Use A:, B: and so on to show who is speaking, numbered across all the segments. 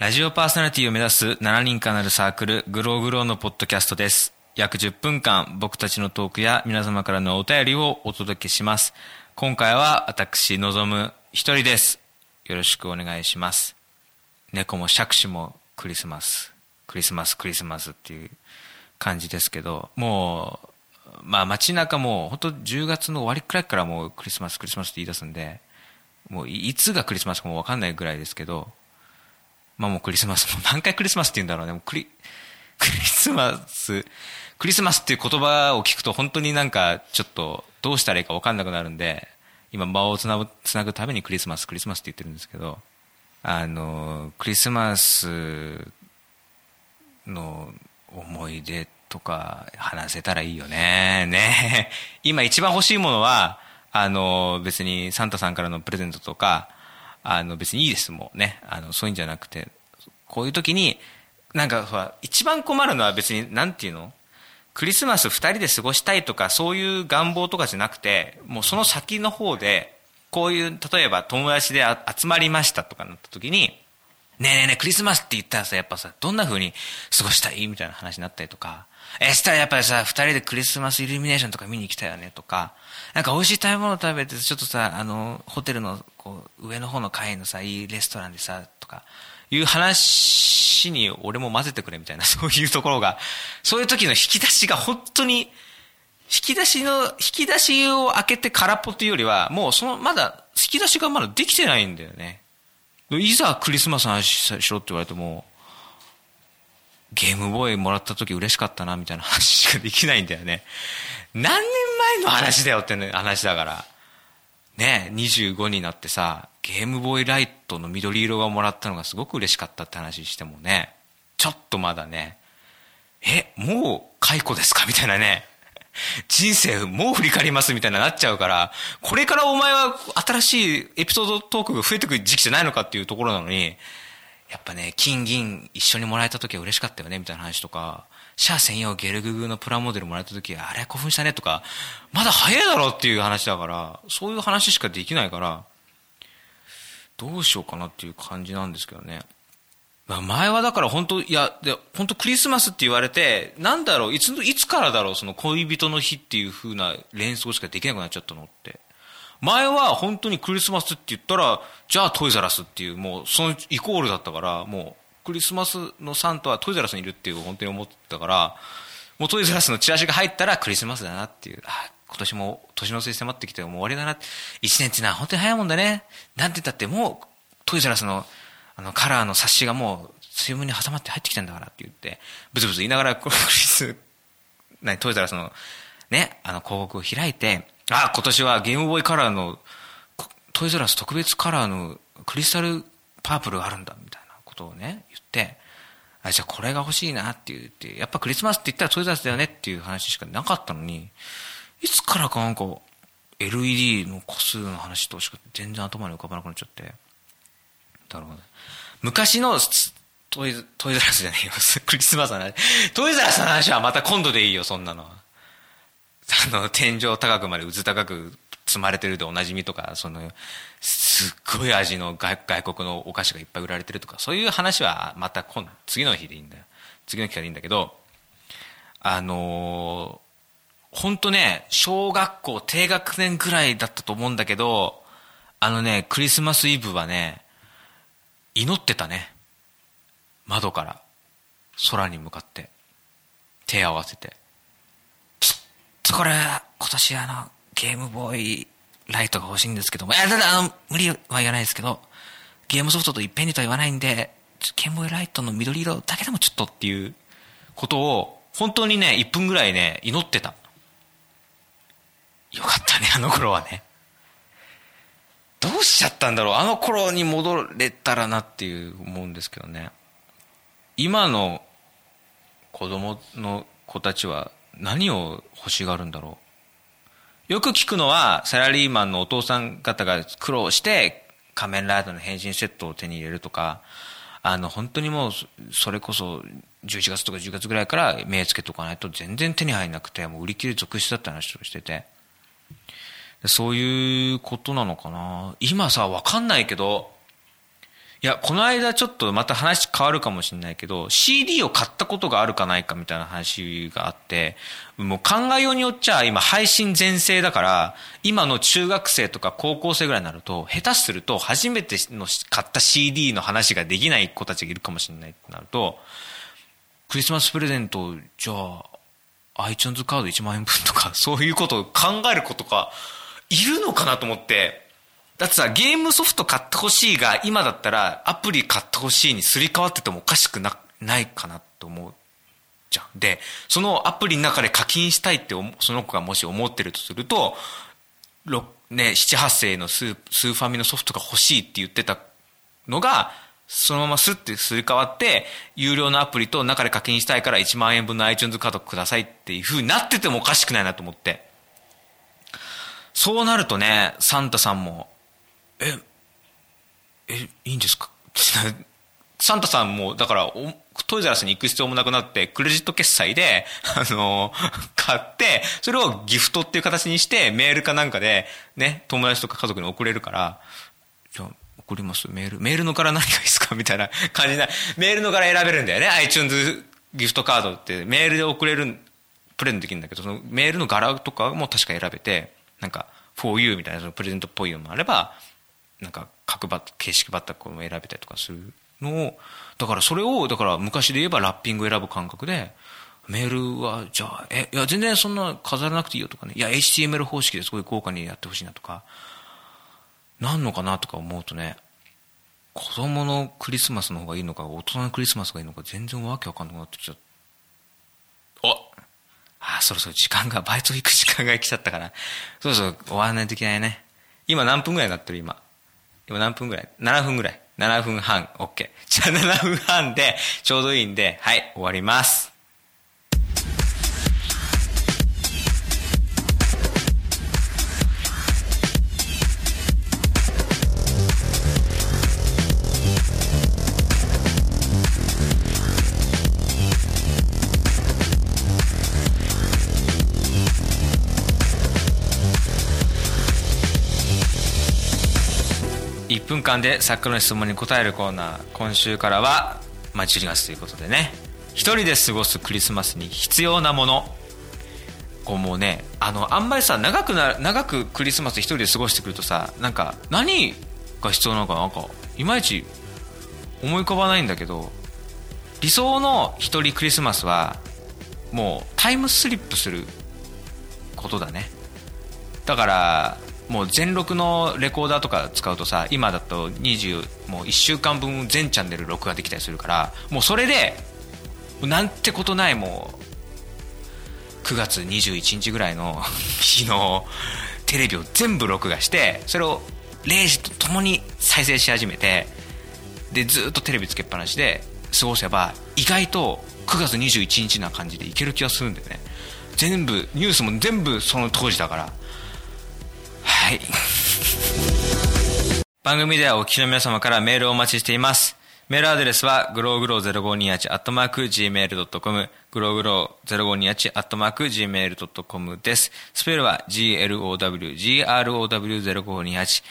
A: ラジオパーソナリティを目指す7人からなるサークルグローグローのポッドキャストです。約10分間僕たちのトークや皆様からのお便りをお届けします。今回は私のぞむ一人です。よろしくお願いします。猫も杓子もクリスマスっていう感じですけど、もう街中も本当10月の終わりくらいからもうクリスマスって言い出すんで、もういつがクリスマスかも分かんないぐらいですけど、もうクリスマス、もう何回クリスマスって言うんだろうね。もうクリスマスっていう言葉を聞くと本当になんかちょっとどうしたらいいか分かんなくなるんで、今場をつなぐためにクリスマスって言ってるんですけど、クリスマスの思い出とか話せたらいいよね。今一番欲しいものは別にサンタさんからのプレゼントとか別にいいですもんね。そういうんじゃなくて、こういう時になんかほら一番困るのは別になんていうの、クリスマス2人で過ごしたいとかそういう願望とかじゃなくて、もうその先の方でこういう例えば友達で集まりましたとかなった時に、ねえクリスマスって言ったらさ、やっぱさどんな風に過ごしたいみたいな話になったりとか、したらやっぱりさ2人でクリスマスイルミネーションとか見に行きたいよねとか、なんか美味しい食べ物食べてちょっとさホテルのこう上の方の階のさいいレストランでさとかいう話に俺も混ぜてくれみたいな、そういうところが、そういう時の引き出しが本当に引き出しを開けて空っぽっていうよりは、もうまだ引き出しがまだできてないんだよね。いざクリスマスの話しろって言われても、ゲームボーイもらった時嬉しかったなみたいな話しかできないんだよね。何年前の話だよって話だからね。25になってさ、ゲームボーイライトの緑色がもらったのがすごく嬉しかったって話してもね、ちょっとまだね、もう解雇ですかみたいなね、人生もう振り返りますみたいななっちゃうから、これからお前は新しいエピソードトークが増えてくる時期じゃないのかっていうところなのに、やっぱね、金銀一緒にもらえた時は嬉しかったよねみたいな話とか、シャア専用ゲルググのプラモデルもらえた時あれ興奮したねとか、まだ早いだろっていう話だから、そういう話しかできないから、どうしようかなっていう感じなんですけどね。前はだから本当クリスマスって言われて、なんだろう、いつからだろう、その恋人の日っていう風な連想しかできなくなっちゃったのって。前は本当にクリスマスって言ったら、じゃあトイザラスっていう、もうそのイコールだったから、もうクリスマスのサンタはトイザラスにいるっていう本当に思ってたから、もうトイザラスのチラシが入ったらクリスマスだなっていう、今年も年の瀬に迫ってきてもう終わりだな、一年っていうのは本当に早いもんだね、なんて言ったってもうトイザラスのカラーの冊子がもう水分に挟まって入ってきたんだからって言って、ブツブツ言いながらトイザラスのね、広告を開いて、今年はゲームボーイカラーのトイザラス特別カラーのクリスタルパープルがあるんだみたいなことをね言って、じゃあこれが欲しいなって言って、やっぱクリスマスって言ったらトイザラスだよねっていう話しかなかったのに、いつからかなんか LED の個数の話としか全然頭に浮かばなくなっちゃって。なるほど。昔のトイザラスじゃないよクリスマスの話、トイザラスの話はまた今度でいいよ、そんなのは。天井高くまでうず高く積まれてるでおなじみとか、すっごい味の外国のお菓子がいっぱい売られてるとか、そういう話はまた次の日でいいんだよ。次の機会でいいんだけど、本当ね、小学校低学年くらいだったと思うんだけど、クリスマスイブはね、祈ってたね。窓から空に向かって手を合わせて、これ今年ゲームボーイライトが欲しいんですけども、無理は言わないですけど、ゲームソフトといっぺんにとは言わないんで、ゲームボーイライトの緑色だけでもちょっとっていうことを本当にね1分ぐらいね祈ってた。よかったね、あの頃はね。どうしちゃったんだろう、あの頃に戻れたらなっていう思うんですけどね。今の子供の子たちは何を欲しがるんだろう。よく聞くのはサラリーマンのお父さん方が苦労して仮面ライダーの変身セットを手に入れるとか、本当にもうそれこそ11月とか10月ぐらいから目つけとかないと全然手に入らなくて、もう売り切れ続出だった話をしてて、そういうことなのかな。今さ、わかんないけど、 いや、この間ちょっとまた話変わるかもしれないけど、CD を買ったことがあるかないかみたいな話があって、もう考えようによっちゃ今配信全盛だから、今の中学生とか高校生ぐらいになると、下手すると初めての買った CD の話ができない子たちがいるかもしれないってなると、クリスマスプレゼント、じゃあ、iTunes カード1万円分とか、そういうことを考える子とか、いるのかなと思って、だってさ、ゲームソフト買ってほしいが、今だったらアプリ買ってほしいにすり替わっててもおかしくないかなと思うじゃん。で、そのアプリの中で課金したいってその子がもし思ってるとすると、ね、7、8世のスーファミのソフトが欲しいって言ってたのが、そのままスッてすり替わって、有料のアプリと中で課金したいから1万円分の iTunes カードくださいっていう風になっててもおかしくないなと思って。そうなるとね、サンタさんも、いいんですかサンタさんも、だから、トイザらスに行く必要もなくなって、クレジット決済で、買って、それをギフトっていう形にして、メールかなんかで、ね、友達とか家族に送れるから、じゃあ、送りますメールの柄何がいいですかみたいな感じで、メールの柄選べるんだよね。iTunes ギフトカードってメールで送れる、プレゼントできるんだけど、そのメールの柄とかも確か選べて、なんか、for you みたいなそのプレゼントっぽいのもあれば、なんか形式ばったこの選べたりとかするのを、だからそれを、だから昔で言えばラッピング選ぶ感覚で、メールは、じゃあ、いや全然そんな飾らなくていいよとかね、いや HTML 方式ですごい豪華にやってほしいなとか、なんのかなとか思うとね、子供のクリスマスの方がいいのか、大人のクリスマスがいいのか、全然わけわかんなくなってきちゃった。そろそろバイト行く時間が来ちゃったから、そろそろ終わらないといけないね。今何分ぐらいになってる今何分ぐらい ?7 分ぐらい。7分半。OK。じゃあ7分半でちょうどいいんで、はい、終わります。1分間で作家の質問に答えるコーナー。今週からは、12月ということでね、一人で過ごすクリスマスに必要なもの。こうもうね、あんまりさ、長くクリスマス一人で過ごしてくるとさ、なんか何が必要なのかなんかいまいち思い浮かばないんだけど、理想の一人クリスマスはもうタイムスリップすることだね。だからもう全録のレコーダーとか使うとさ、今だともう1週間分全チャンネル録画できたりするから、もうそれでなんてことない、もう9月21日ぐらいの日のテレビを全部録画して、それを0時とともに再生し始めて、でずっとテレビつけっぱなしで過ごせば、意外と9月21日な感じでいける気がするんだよね。全部ニュースも全部その当時だから。はい番組ではお聞きの皆様からメールをお待ちしています。メールアドレスはグローグロー0528 @gmail.com、 グローグロー0528 @gmail.com です。スペルは glowgrow0528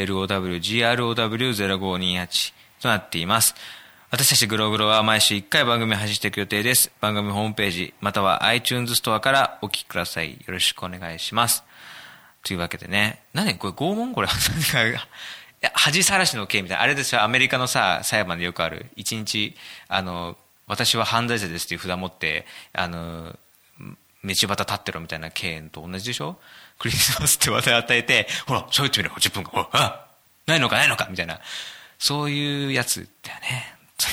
A: glowgrow0528 となっています。私たちグローグローは毎週1回番組を発信していく予定です。番組ホームページまたは iTunes ストアからお聞きください。よろしくお願いします。というわけでね、これ拷問、これ恥さらしの刑みたいな、あれですよ、アメリカのさ裁判でよくある、一日私は犯罪者ですっていう札持って道端立ってろみたいな刑と同じでしょ。クリスマスって話題与えて、ほら喋ってみろ10分間、ないのかみたいな、そういうやつだよね。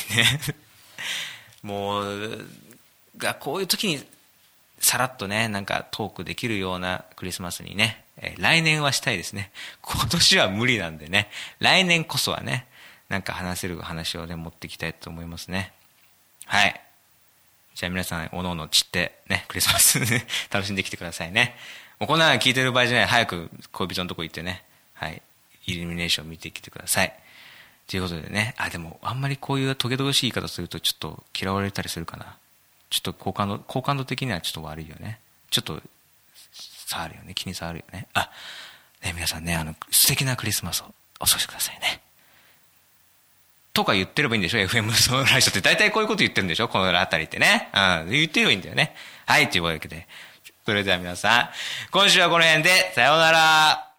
A: もうこういう時にさらっとね、なんかトークできるようなクリスマスにね、来年はしたいですね。今年は無理なんでね、来年こそはね、なんか話せる話をね持っていきたいと思いますね。はい。じゃあ皆さんおのおの散ってね、クリスマス楽しんできてくださいね。もうこんなの聞いてる場合じゃない。早く恋人のとこ行ってね、はい、イルミネーション見てきてください。ということでね、でもあんまりこういうトゲトゲしい言い方するとちょっと嫌われたりするかな。ちょっと好感度的にはちょっと悪いよね。ちょっと触るよね、気に障るよね。ね、皆さんね、素敵なクリスマスをお過ごしくださいね。 とか言ってればいいんでしょ ?FM ソーライショって大体こういうこと言ってるんでしょこのあたりってね。言ってればいいんだよね。はい、というわけで。それでは皆さん、今週はこの辺で、さようなら。